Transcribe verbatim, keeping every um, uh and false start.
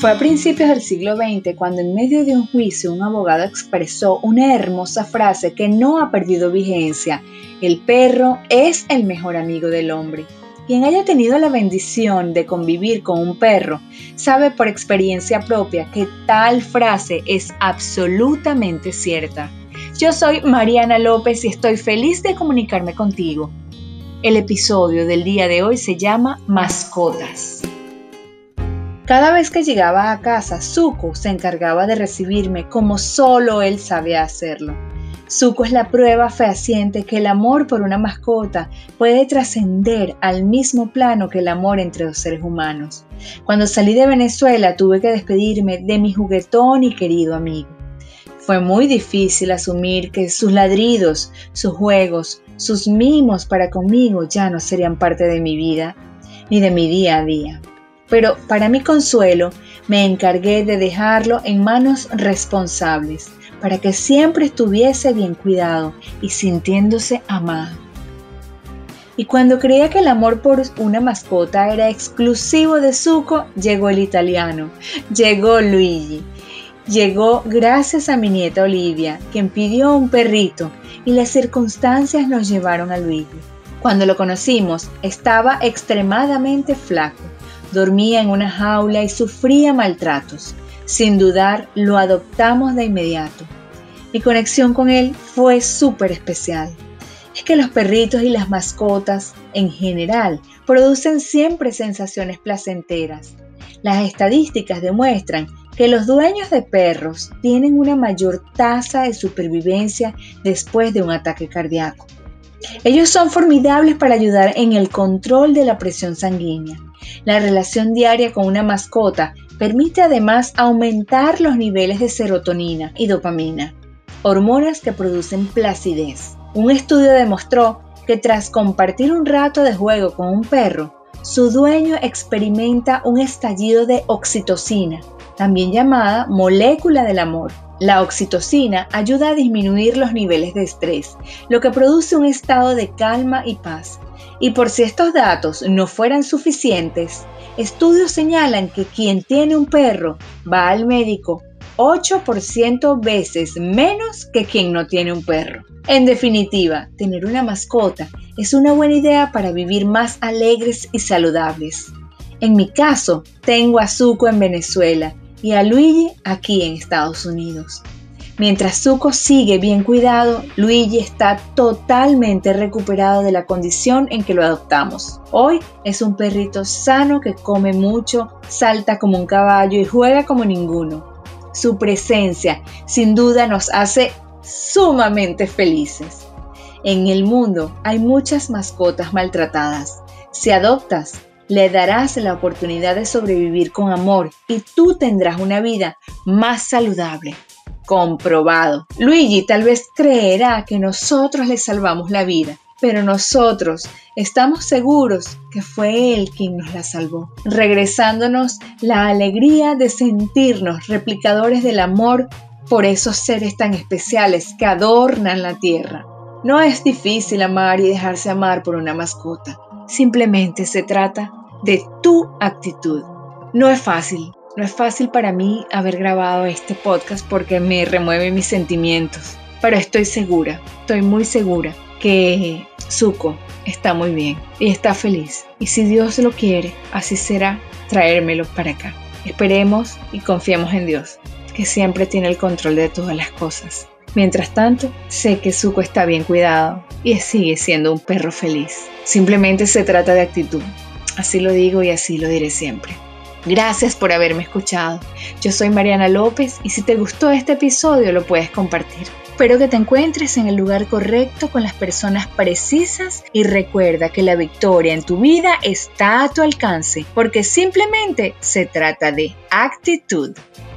Fue a principios del siglo veinte cuando en medio de un juicio un abogado expresó una hermosa frase que no ha perdido vigencia: el perro es el mejor amigo del hombre. Quien haya tenido la bendición de convivir con un perro sabe por experiencia propia que tal frase es absolutamente cierta. Yo soy Mariana López y estoy feliz de comunicarme contigo. El episodio del día de hoy se llama Mascotas. Cada vez que llegaba a casa, Zuko se encargaba de recibirme como solo él sabe hacerlo. Zuko es la prueba fehaciente que el amor por una mascota puede trascender al mismo plano que el amor entre los seres humanos. Cuando salí de Venezuela tuve que despedirme de mi juguetón y querido amigo. Fue muy difícil asumir que sus ladridos, sus juegos, sus mimos para conmigo ya no serían parte de mi vida ni de mi día a día. Pero para mi consuelo me encargué de dejarlo en manos responsables para que siempre estuviese bien cuidado y sintiéndose amado. Y cuando creía que el amor por una mascota era exclusivo de Zuko, llegó el italiano, llegó Luigi. Llegó gracias a mi nieta Olivia, quien pidió un perrito, y las circunstancias nos llevaron a Luigi. Cuando lo conocimos, estaba extremadamente flaco. Dormía en una jaula y sufría maltratos. Sin dudar, lo adoptamos de inmediato. Mi conexión con él fue súper especial. Es que los perritos y las mascotas, en general, producen siempre sensaciones placenteras. Las estadísticas demuestran que los dueños de perros tienen una mayor tasa de supervivencia después de un ataque cardíaco. Ellos son formidables para ayudar en el control de la presión sanguínea. La relación diaria con una mascota permite además aumentar los niveles de serotonina y dopamina, hormonas que producen placidez. Un estudio demostró que tras compartir un rato de juego con un perro, su dueño experimenta un estallido de oxitocina, también llamada molécula del amor. La oxitocina ayuda a disminuir los niveles de estrés, lo que produce un estado de calma y paz. Y por si estos datos no fueran suficientes, estudios señalan que quien tiene un perro va al médico ocho por ciento veces menos que quien no tiene un perro. En definitiva, tener una mascota es una buena idea para vivir más alegres y saludables. En mi caso, tengo a Zuko en Venezuela y a Luigi aquí en Estados Unidos. Mientras Zuko sigue bien cuidado, Luigi está totalmente recuperado de la condición en que lo adoptamos. Hoy es un perrito sano que come mucho, salta como un caballo y juega como ninguno. Su presencia, sin duda, nos hace sumamente felices. En el mundo hay muchas mascotas maltratadas. Si adoptas, le darás la oportunidad de sobrevivir con amor y tú tendrás una vida más saludable. Comprobado. Luigi tal vez creerá que nosotros le salvamos la vida, pero nosotros estamos seguros que fue él quien nos la salvó, regresándonos la alegría de sentirnos replicadores del amor por esos seres tan especiales que adornan la tierra. No es difícil amar y dejarse amar por una mascota. Simplemente se trata de tu actitud. No es fácil. No es fácil para mí haber grabado este podcast porque me remueve mis sentimientos, pero estoy segura, estoy muy segura que Zuko está muy bien y está feliz. Y si Dios lo quiere, así será traérmelo para acá. Esperemos y confiemos en Dios, que siempre tiene el control de todas las cosas. Mientras tanto, sé que Zuko está bien cuidado y sigue siendo un perro feliz. Simplemente se trata de actitud. Así lo digo y así lo diré siempre. Gracias por haberme escuchado. Yo soy Mariana López y si te gustó este episodio lo puedes compartir. Espero que te encuentres en el lugar correcto con las personas precisas y recuerda que la victoria en tu vida está a tu alcance porque simplemente se trata de actitud.